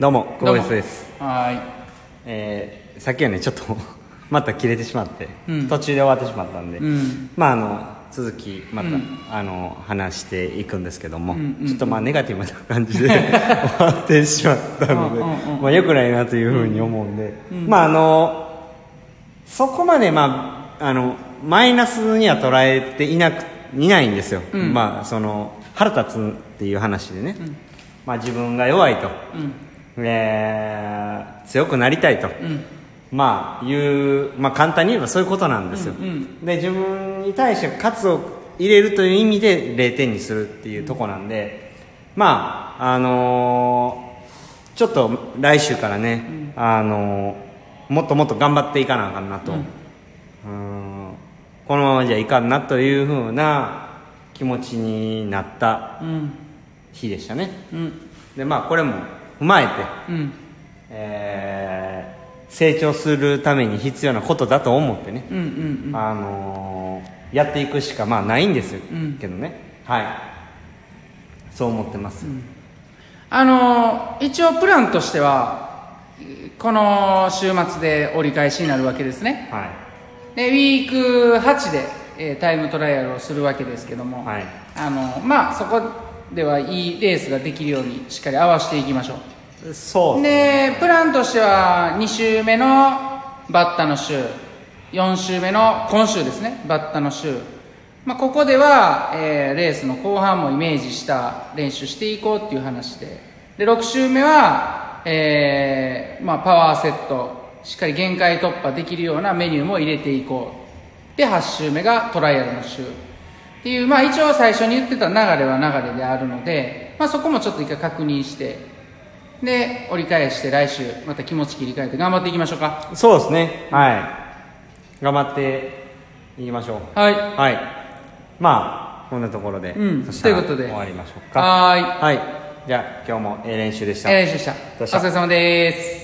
どうも久保井です。 はさっきはねちょっとまた切れてしまって、途中で終わってしまったんで、続きまた、話していくんですけども、ちょっとネガティブな感じで終わってしまったので良くないなというふうに思うんで、そこまでマイナスには捉えていないんですよ。その腹立つっていう話でね、自分が弱いと、強くなりたいと、簡単に言えばそういうことなんですよ。で自分に対して喝を入れるという意味で0点にするっていうとこなんで、ちょっと来週からね、もっともっと頑張っていかなあかんなと、このままじゃいかんなというふうな気持ちになった日でしたね。でこれも踏まえて、成長するために必要なことだと思ってね、やっていくしかないんですけどね、そう思ってます。 一応プランとしてはこの週末で折り返しになるわけですね。でウィーク8で、タイムトライアルをするわけですけども、そこではいいレースができるようにしっかり合わせていきましょう。 そうでプランとしては2週目のバッタの週、4週目の今週ですね、バッタの週、ここでは、レースの後半もイメージした練習していこうっていう話で、6週目は、パワーセットしっかり限界突破できるようなメニューも入れていこうで、8週目がトライアルの週っていう、一応最初に言ってた流れは流れであるので、そこもちょっと一回確認して、で折り返して来週また気持ち切り替えて頑張っていきましょうか。 そうですね、頑張っていきましょう。こんなところで、そしたらということで終わりましょうか。じゃあ今日も練習でした。 お疲れ様です。